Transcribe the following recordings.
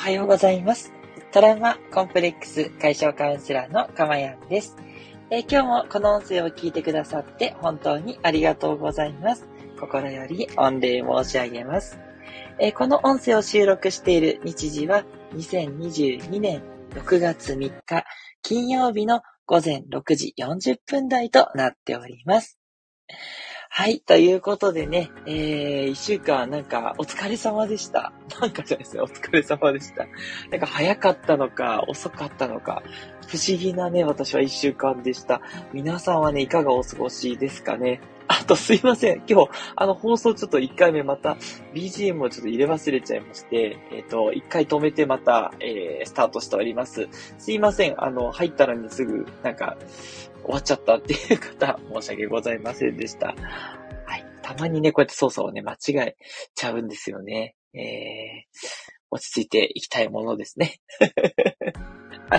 はようございます。トラウマコンプレックス解消カウンセラーのかまやんです。今日もこの音声を聞いてくださって本当にありがとうございます。心より御礼申し上げます。この音声を収録している日時は2022年6月3日金曜日の午前6時40分台となっております。はい。ということでね、一週間なんかお疲れ様でした。なんかじゃないですね、お疲れ様でした。なんか早かったのか遅かったのか、不思議なね、私は一週間でした。皆さんはね、いかがお過ごしですかね。あとすいません。今日、放送ちょっと1回目また BGM をちょっと入れ忘れちゃいまして、1回止めてまた、スタートしております。すいません。入ったらね、すぐ、なんか、終わっちゃったっていう方、申し訳ございませんでした。はい。たまにね、こうやって操作をね、間違えちゃうんですよね。落ち着いていきたいものですね。はい。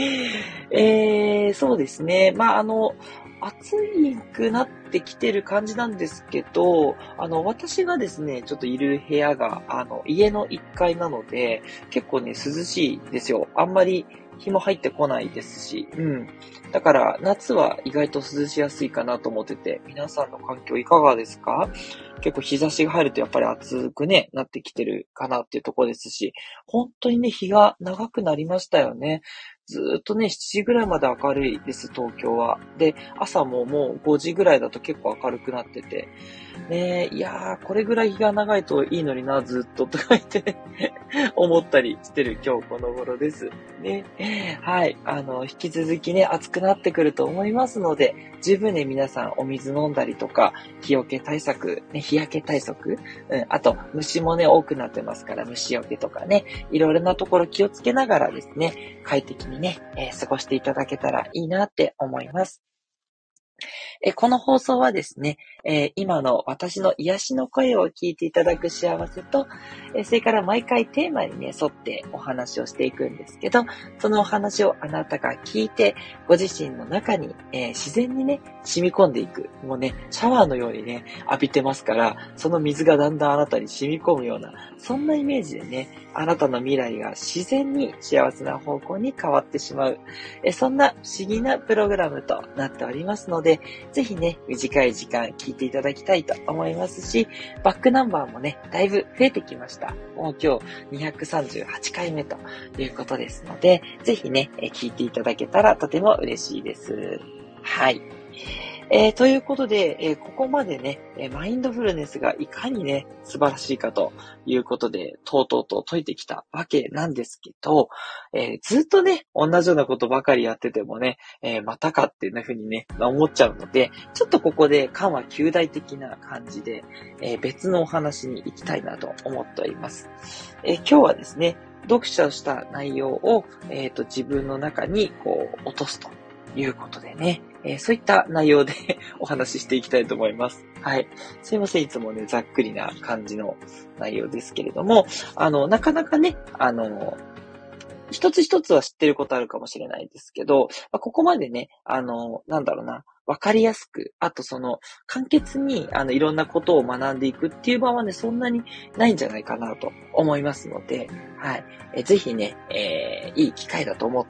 そうですね。暑くなってきてる感じなんですけど、私がですね、ちょっといる部屋が、家の1階なので、結構ね、涼しいですよ。あんまり日も入ってこないですし、だから、夏は意外と涼しやすいかなと思ってて、皆さんの環境いかがですか？結構日差しが入るとやっぱり暑くね、なってきてるかなっていうところですし、本当にね、日が長くなりましたよね。ずーっとね、7時ぐらいまで明るいです、東京は。で、朝ももう5時ぐらいだと結構明るくなってて。ねえ、いやー、これぐらい日が長いといいのにな、ずっと、とか言ってね、思ったりしてる今日この頃です。ね。はい。引き続きね、暑くなってくると思いますので、十分ね、皆さんお水飲んだりとか、日よけ対策、ね、日焼け対策、あと、虫もね、多くなってますから、虫よけとかね、いろいろなところ気をつけながらですね、快適にね、過ごしていただけたらいいなって思います。この放送はですね、今の私の癒しの声を聞いていただく幸せと、それから毎回テーマにね、沿ってお話をしていくんですけど、そのお話をあなたが聞いて、ご自身の中に、自然にね、染み込んでいく。もうね、シャワーのようにね、浴びてますから、その水がだんだんあなたに染み込むような、そんなイメージでね、あなたの未来が自然に幸せな方向に変わってしまう。そんな不思議なプログラムとなっておりますので、ぜひね、短い時間聞いていただきたいと思いますし、バックナンバーもね、だいぶ増えてきました。もう今日238回目ということですので、ぜひね、聞いていただけたらとても嬉しいです。はい。ということで、ここまでね、マインドフルネスがいかにね、素晴らしいかということで、とうとうと解いてきたわけなんですけど、ずっとね、同じようなことばかりやっててもね、またかっていう風にね、思っちゃうので、ちょっとここで緩和旧大的な感じで、別のお話に行きたいなと思っております。今日はですね、読書した内容を、自分の中にこう落とすということでね、そういった内容でお話ししていきたいと思います。はい。すいません。いつもね、ざっくりな感じの内容ですけれども、なかなかね、一つ一つは知ってることあるかもしれないですけど、ここまでね、わかりやすく、あと簡潔に、いろんなことを学んでいくっていう場はね、そんなにないんじゃないかなと思いますので、はい。ぜひね、いい機会だと思って、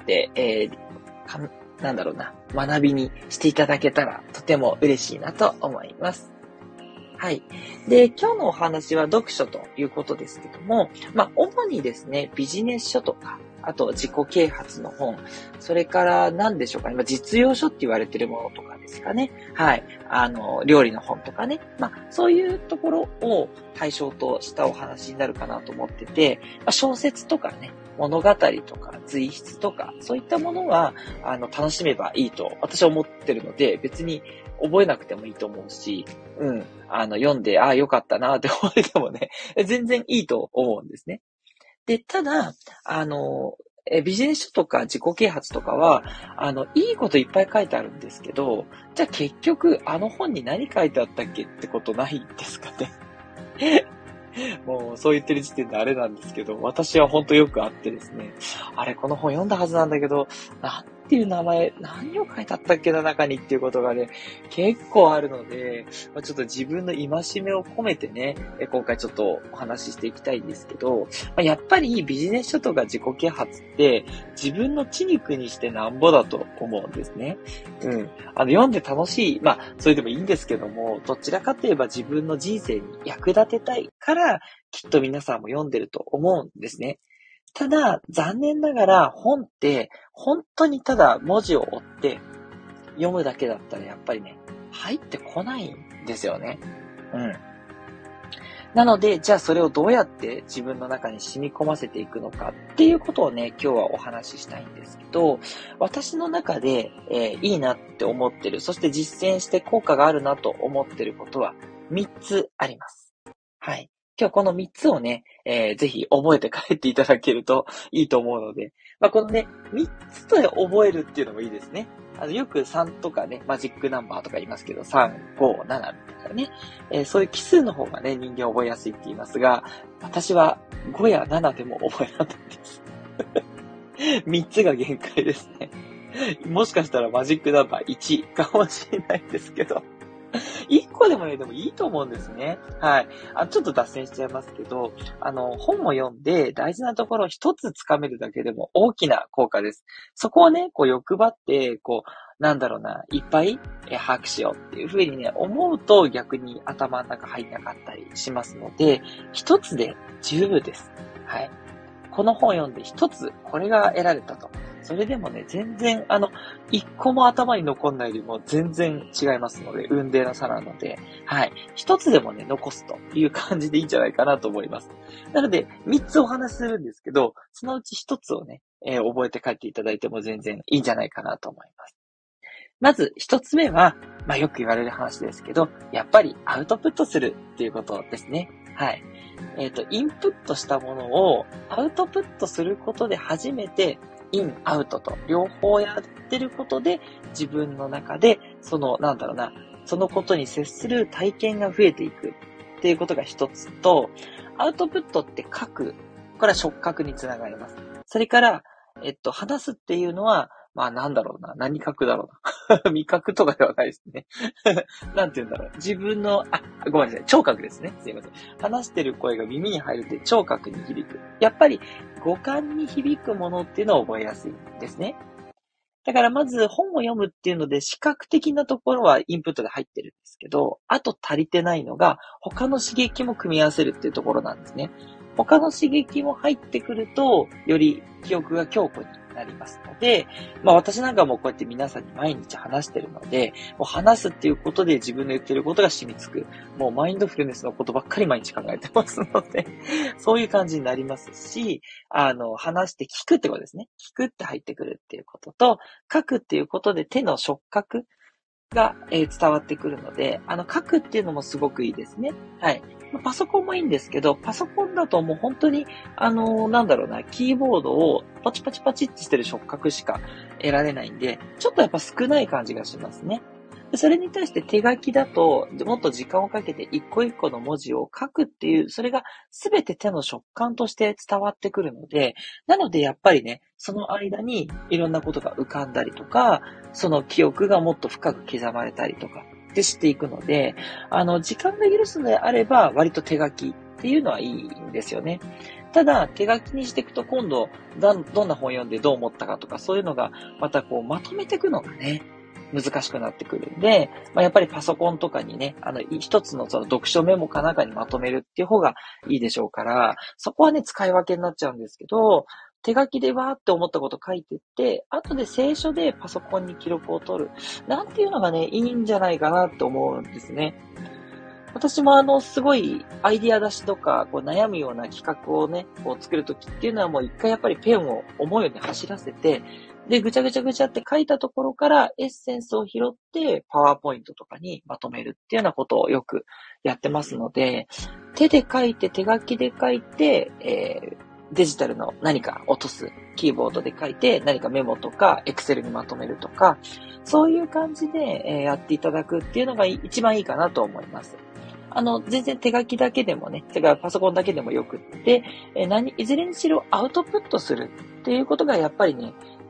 学びにしていただけたらとても嬉しいなと思います。はい。で、今日のお話は読書ということですけども、主にですね、ビジネス書とか、あと自己啓発の本、それから何でしょうかね、実用書って言われてるものとかですかね。はい。料理の本とかね。そういうところを対象としたお話になるかなと思ってて、小説とかね、物語とか随筆とか、そういったものは、楽しめばいいと私は思ってるので、別に覚えなくてもいいと思うし、読んで、よかったなって思えてもね、全然いいと思うんですね。で、ただ、ビジネス書とか自己啓発とかは、いいこといっぱい書いてあるんですけど、じゃあ結局、あの本に何書いてあったっけってことないですかね。もうそう言ってる時点であれなんですけど、私は本当よくあってですね、あれこの本読んだはずなんだけど、なんっていう名前、何を書いてあったっけな、中にっていうことがね、結構あるので、ちょっと自分の戒めを込めてね、今回ちょっとお話ししていきたいんですけど、やっぱりビジネス書とか自己啓発って、自分の血肉にしてなんぼだと思うんですね。読んで楽しい。それでもいいんですけども、どちらかといえば自分の人生に役立てたいから、きっと皆さんも読んでると思うんですね。ただ、残念ながら本って、本当にただ文字を追って読むだけだったらやっぱりね、入ってこないんですよね。なので、じゃあそれをどうやって自分の中に染み込ませていくのかっていうことをね、今日はお話ししたいんですけど、私の中で、いいなって思ってる、そして実践して効果があるなと思ってることは3つあります。はい。今日この3つをね、ぜひ覚えて帰っていただけるといいと思うので、このね、3つで覚えるっていうのもいいですね。よく3とかね、マジックナンバーとか言いますけど、3、5、7みたいなね、そういう奇数の方がね、人間覚えやすいって言いますが、私は5や7でも覚えられないです。3つが限界ですね。もしかしたらマジックナンバー1かもしれないですけど。1個でもね、でもいいと思うんですね。はい。ちょっと脱線しちゃいますけど、本を読んで大事なところを一つ掴めるだけでも大きな効果です。そこをね、欲張って、いっぱい把握しようっていうふうにね、思うと逆に頭の中入んなかったりしますので、一つで十分です。はい。この本を読んで一つ、これが得られたと。それでもね、全然、一個も頭に残んないよりも全然違いますので、雲泥の差なので、はい。一つでもね、残すという感じでいいんじゃないかなと思います。なので、三つお話しするんですけど、そのうち一つをね、覚えて帰っていただいても全然いいんじゃないかなと思います。まず一つ目は、よく言われる話ですけど、やっぱりアウトプットするっていうことですね。はい。インプットしたものをアウトプットすることで初めて、イン、アウトと両方やってることで、自分の中で、そのことに接する体験が増えていくっていうことが一つと、アウトプットって書く。これは触覚につながります。それから、話すっていうのは、何書くだろうな。味覚とかではないですね。なんて言うんだろう。自分の、ごめんなさい。聴覚ですね。すいません。話してる声が耳に入るって聴覚に響く。やっぱり五感に響くものっていうのを覚えやすいんですね。だからまず本を読むっていうので視覚的なところはインプットで入ってるんですけど、あと足りてないのが他の刺激も組み合わせるっていうところなんですね。他の刺激も入ってくると、より記憶が強固になりますので、私なんかもこうやって皆さんに毎日話してるので、もう話すっていうことで自分の言ってることが染みつく。もうマインドフルネスのことばっかり毎日考えてますので、そういう感じになりますし、話して聞くってことですね。聞くって入ってくるっていうことと、書くっていうことで手の触覚が、伝わってくるので、書くっていうのもすごくいいですね。はい。パソコンもいいんですけど、パソコンだともう本当に、キーボードをパチパチパチってしてる触覚しか得られないんで、ちょっとやっぱ少ない感じがしますね。それに対して手書きだと、もっと時間をかけて一個一個の文字を書くっていう、それが全て手の触感として伝わってくるので、なのでやっぱりね、その間にいろんなことが浮かんだりとか、その記憶がもっと深く刻まれたりとかでしていくので、時間が許すのであれば、割と手書きっていうのはいいんですよね。ただ、手書きにしていくと今度、どんな本読んでどう思ったかとか、そういうのがまたまとめていくのがね、難しくなってくるんで、やっぱりパソコンとかにね、一つのその読書メモかなんかにまとめるっていう方がいいでしょうから、そこはね、使い分けになっちゃうんですけど、手書きでわーって思ったこと書いてって、後で聖書でパソコンに記録を取る。なんていうのがね、いいんじゃないかなって思うんですね。私もすごいアイディア出しとか、悩むような企画をね、作るときっていうのはもう一回やっぱりペンを思うように走らせて、で、ぐちゃぐちゃぐちゃって書いたところからエッセンスを拾って、パワーポイントとかにまとめるっていうようなことをよくやってますので、手で書いて、手書きで書いて、デジタルの何か落とす、キーボードで書いて、何かメモとか、エクセルにまとめるとか、そういう感じで、やっていただくっていうのが一番いいかなと思います。全然手書きだけでもね、それからパソコンだけでもよくって、いずれにしろアウトプットするっていうことがやっぱりね、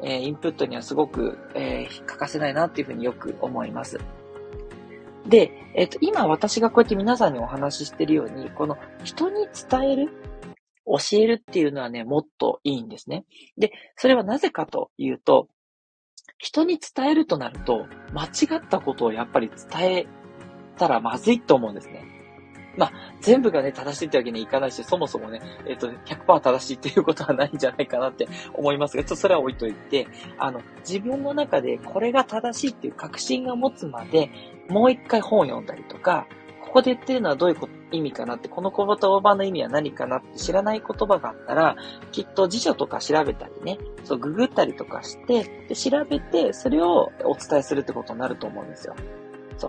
インプットにはすごく、欠かせないなっていうふうによく思います。で、今私がこうやって皆さんにお話ししているように、この人に伝える、教えるっていうのはね、もっといいんですね。で、それはなぜかというと、人に伝えるとなると、間違ったことをやっぱり伝えたらまずいと思うんですね。まあ、全部がね、正しいってわけにいかないし、そもそもね、100% 正しいっていうことはないんじゃないかなって思いますが、ちょっとそれは置いといて、自分の中でこれが正しいっていう確信が持つまで、もう一回本を読んだりとか、ここで言ってるのはどういう意味かなって、この言葉の意味は何かなって知らない言葉があったら、きっと辞書とか調べたりね、そう、ググったりとかして、で調べて、それをお伝えするってことになると思うんですよ。そう。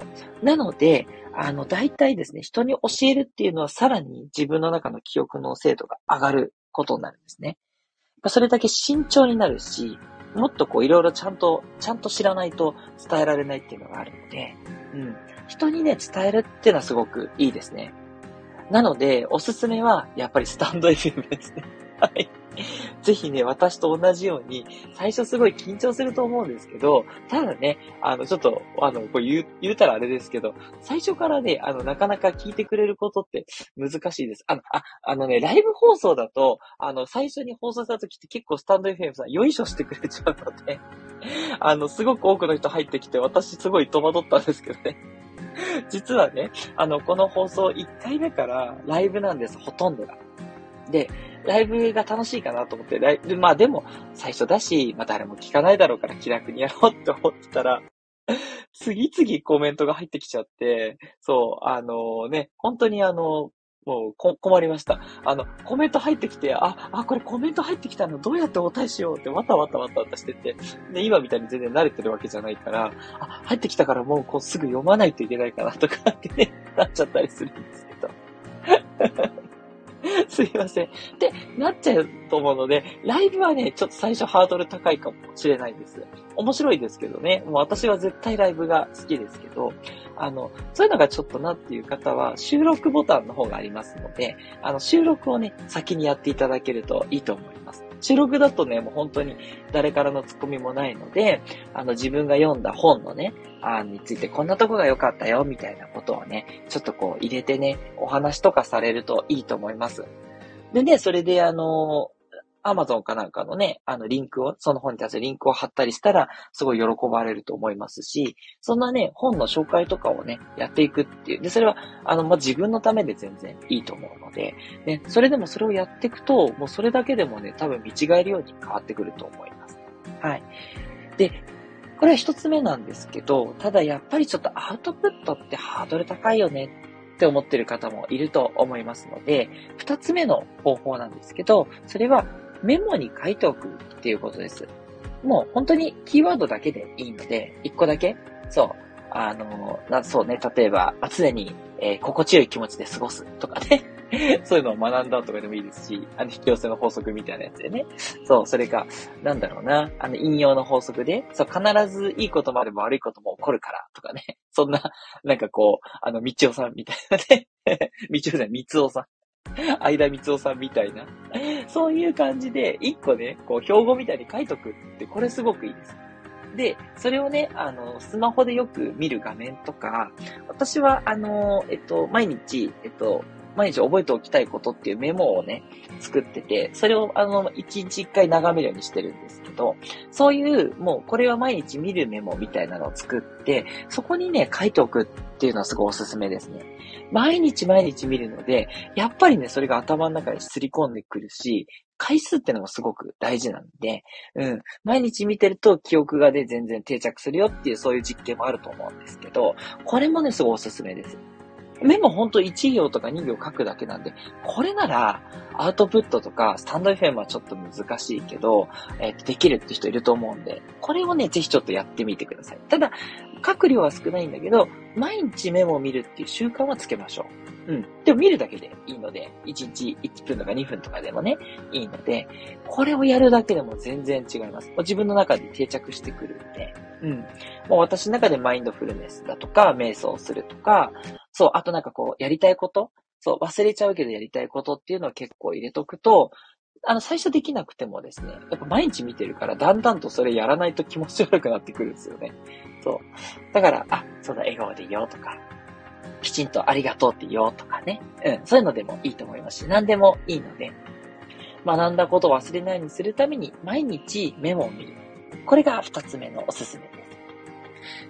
なので、大体ですね、人に教えるっていうのはさらに自分の中の記憶の精度が上がることになるんですね。それだけ慎重になるし、もっとこういろいろちゃんと知らないと伝えられないっていうのがあるので、うん。人にね、伝えるっていうのはすごくいいですね。なので、おすすめはやっぱりスタンド FM ですね。はい。ぜひね、私と同じように、最初すごい緊張すると思うんですけど、ただね、ちょっと、こう言うたらあれですけど、最初からね、なかなか聞いてくれることって難しいです。ライブ放送だと、最初に放送した時って結構スタンド FM さん、よいしょしてくれちゃうので、すごく多くの人入ってきて、私すごい戸惑ったんですけどね。実はね、この放送1回目からライブなんです、ほとんどが。で、ライブが楽しいかなと思って、まあでも、最初だし、まあ誰も聞かないだろうから気楽にやろうって思ってたら、次々コメントが入ってきちゃって、そう、本当にもう困りました。コメント入ってきて、これコメント入ってきたのどうやってお答えしようってわたわたしてて、で、今みたいに全然慣れてるわけじゃないから、入ってきたからもうこうすぐ読まないといけないかなとかってね、なっちゃったりするんですけど。すいません。で、なっちゃうと思うので、ライブはね、ちょっと最初ハードル高いかもしれないです。面白いですけどね。もう私は絶対ライブが好きですけど、そういうのがちょっとなっていう方は、収録ボタンの方がありますので、収録をね、先にやっていただけるといいと思います。収録だとね、もう本当に誰からのツッコミもないので、自分が読んだ本のね、についてこんなとこが良かったよ、みたいなことをね、ちょっとこう入れてね、お話とかされるといいと思います。でね、それでAmazon かなんかのね、リンクを、その本に対するリンクを貼ったりしたら、すごい喜ばれると思いますし、そんなね、本の紹介とかをね、やっていくっていう。で、それは、自分のためで全然いいと思うので、ね、それでもそれをやっていくと、もうそれだけでもね、多分見違えるように変わってくると思います。はい。で、これは一つ目なんですけど、ただやっぱりちょっとアウトプットってハードル高いよねって思ってる方もいると思いますので、二つ目の方法なんですけど、それはメモに書いておくっていうことです。もう本当にキーワードだけでいいので、一個だけ、そう、そうね、例えば、常に、心地よい気持ちで過ごすとかね。そういうのを学んだとかでもいいですし、引き寄せの法則みたいなやつでね。そう、それか、なんだろうな、引用の法則で、そう、必ずいいこともあれば悪いことも起こるからとかね。そんな、なんかこう、みちおさんみたいなね。みちおさん、みつおさん。相田みつおさんみたいな。そういう感じで、一個ね、こう、標語みたいに書いとくって、これすごくいいです。で、それをね、スマホでよく見る画面とか、私は、毎日覚えておきたいことっていうメモをね、作ってて、それを一日一回眺めるようにしてるんですけど、そういう、もうこれは毎日見るメモみたいなのを作って、そこにね、書いておくっていうのはすごいおすすめですね。毎日見るので、やっぱりね、それが頭の中にすり込んでくるし、回数ってのもすごく大事なんで、毎日見てると記憶がね、全然定着するよっていうそういう実験もあると思うんですけど、これもね、すごいおすすめです。メモほんと1行とか2行書くだけなんで、これならアウトプットとかスタンド FM はちょっと難しいけど、できるって人いると思うんで、これをね、ぜひちょっとやってみてください。ただ、書く量は少ないんだけど、毎日メモを見るっていう習慣はつけましょう。でも見るだけでいいので、1日1分とか2分とかでもね、いいので、これをやるだけでも全然違います。自分の中で定着してくるんで、もう私の中でマインドフルネスだとか、瞑想するとか、そう、あとなんかこう、やりたいことそう、忘れちゃうけどやりたいことっていうのを結構入れとくと、 最初できなくてもですね、やっぱ毎日見てるから、だんだんとそれやらないと気持ち悪くなってくるんですよね。そう。だから、そうだ、笑顔でいようとか、きちんとありがとうって言おうとかね。そういうのでもいいと思いますし、何でもいいので、学んだことを忘れないようにするために、毎日メモを見る。これが2つ目のおすすめです。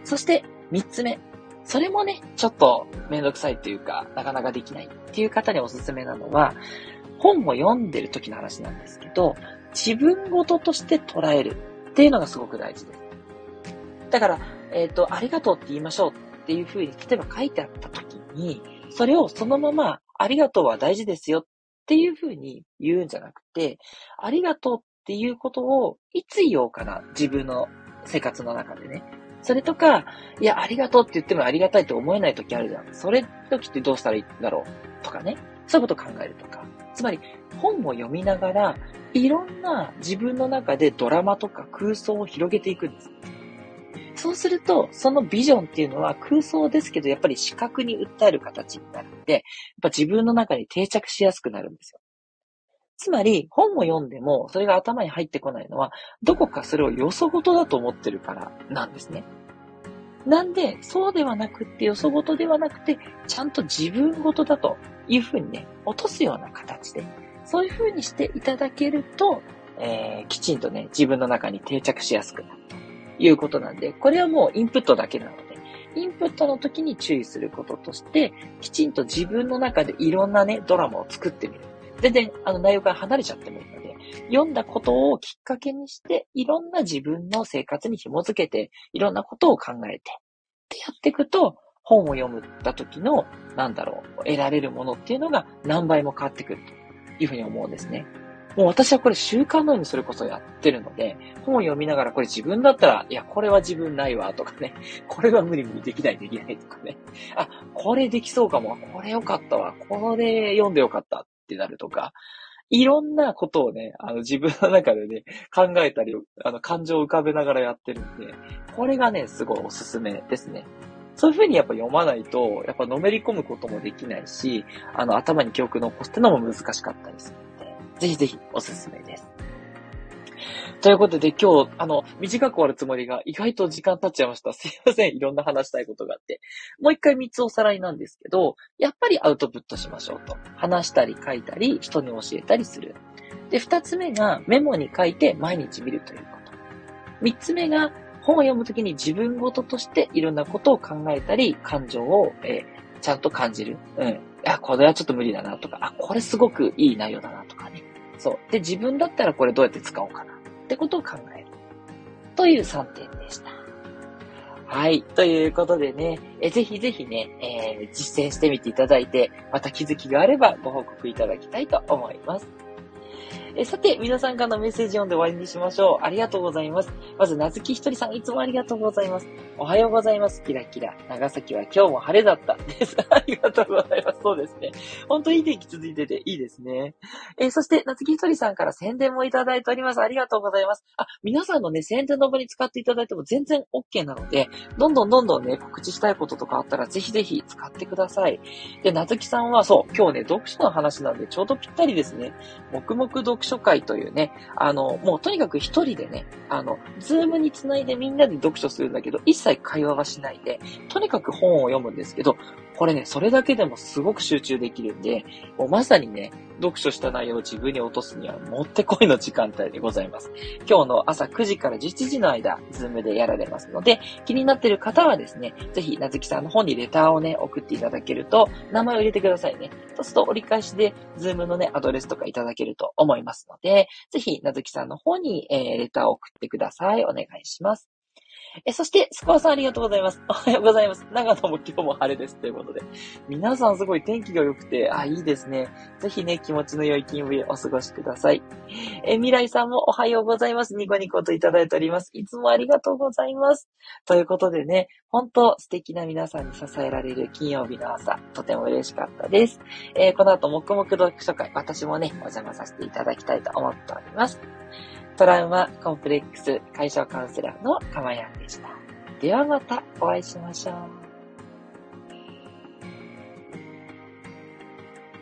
そして、3つ目。それもね、ちょっとめんどくさいというか、なかなかできないっていう方におすすめなのは、本を読んでる時の話なんですけど、自分ごととして捉えるっていうのがすごく大事です。だから、ありがとうって言いましょうっていう風に、例えば書いてあった時に、それをそのまま、ありがとうは大事ですよっていう風に言うんじゃなくて、ありがとうっていうことをいつ言おうかな、自分の生活の中でね。それとか、いや、ありがとうって言ってもありがたいと思えない時あるじゃん。それ時ってどうしたらいいんだろうとかね。そういうことを考えるとか。つまり、本を読みながら、いろんな自分の中でドラマとか空想を広げていくんです。そうすると、そのビジョンっていうのは空想ですけど、やっぱり視覚に訴える形になるので、やっぱ自分の中に定着しやすくなるんですよ。つまり、本を読んでも、それが頭に入ってこないのは、どこかそれをよそごとだと思ってるからなんですね。なんで、そうではなくって、よそごとではなくて、ちゃんと自分ごとだというふうにね、落とすような形で、そういうふうにしていただけると、きちんとね、自分の中に定着しやすくなるということなんで、これはもうインプットだけなので、インプットの時に注意することとして、きちんと自分の中でいろんなね、ドラマを作ってみる。全然、内容から離れちゃってもいいので、読んだことをきっかけにして、いろんな自分の生活に紐づけて、いろんなことを考えて、ってやっていくと、本を読むった時の、得られるものっていうのが何倍も変わってくるというふうに思うんですね。もう私はこれ習慣のようにそれこそやってるので、本を読みながらこれ自分だったら、いや、これは自分ないわとかね、これは無理できないとかね、これできそうかも、これよかったわ、これ読んでよかったってなるとか、いろんなことをね、自分の中でね、考えたり、感情を浮かべながらやってるんで、これがね、すごいおすすめですね。そういう風にやっぱ読まないと、やっぱのめり込むこともできないし、頭に記憶残すってのも難しかったりするので、ぜひぜひおすすめです。ということで今日、短く終わるつもりが意外と時間経っちゃいました。すいません。いろんな話したいことがあって。もう一回3つおさらいなんですけど、やっぱりアウトプットしましょうと。話したり書いたり、人に教えたりする。で、2つ目がメモに書いて毎日見るということ。3つ目が本を読むときに自分ごととしていろんなことを考えたり、感情を、ちゃんと感じる。これはちょっと無理だなとか、これすごくいい内容だなとかね。そう。で、自分だったらこれどうやって使おうかなってことを考える。という3点でした。はい。ということでね、ぜひぜひね、実践してみていただいて、また気づきがあればご報告いただきたいと思います。さて、皆さんからのメッセージ読んで終わりにしましょう。ありがとうございます。まず、なずきひとりさん、いつもありがとうございます。おはようございます。キラキラ。長崎は今日も晴れだったです。ありがとうございます。そうですね。本当いい天気続いてていいですね。そして、なずきひとりさんから宣伝もいただいております。ありがとうございます。皆さんのね、宣伝の場に使っていただいても全然 OK なので、どんどんね、告知したいこととかあったら、ぜひぜひ使ってください。で、なずきさんは、そう、今日ね、読書の話なんでちょうどぴったりですね。黙々読書会というね、もうとにかく一人でね、ズームにつないでみんなで読書するんだけど、一切会話はしないで、とにかく本を読むんですけど、これね、それだけでもすごく集中できるんで、もうまさにね、読書した内容を自分に落とすにはもってこいの時間帯でございます。今日の朝9時から11時の間、ズームでやられますので、気になっている方はですね、ぜひ、なずきさんの方にレターをね、送っていただけると、名前を入れてくださいね。そうすると折り返しで、ズームのね、アドレスとかいただけると思いますので、ぜひ、なずきさんの方に、レターを送ってください。お願いします。そして、スコアさんありがとうございます。おはようございます。長野も今日も晴れです。ということで。皆さんすごい天気が良くて、いいですね。ぜひね、気持ちの良い金曜日お過ごしください。未来さんもおはようございます。ニコニコといただいております。いつもありがとうございます。ということでね、本当素敵な皆さんに支えられる金曜日の朝、とても嬉しかったです。この後、黙々読書会、私もね、お邪魔させていただきたいと思っております。トラウマコンプレックス解消カウンセラーのかまやんでした。ではまたお会いしましょう。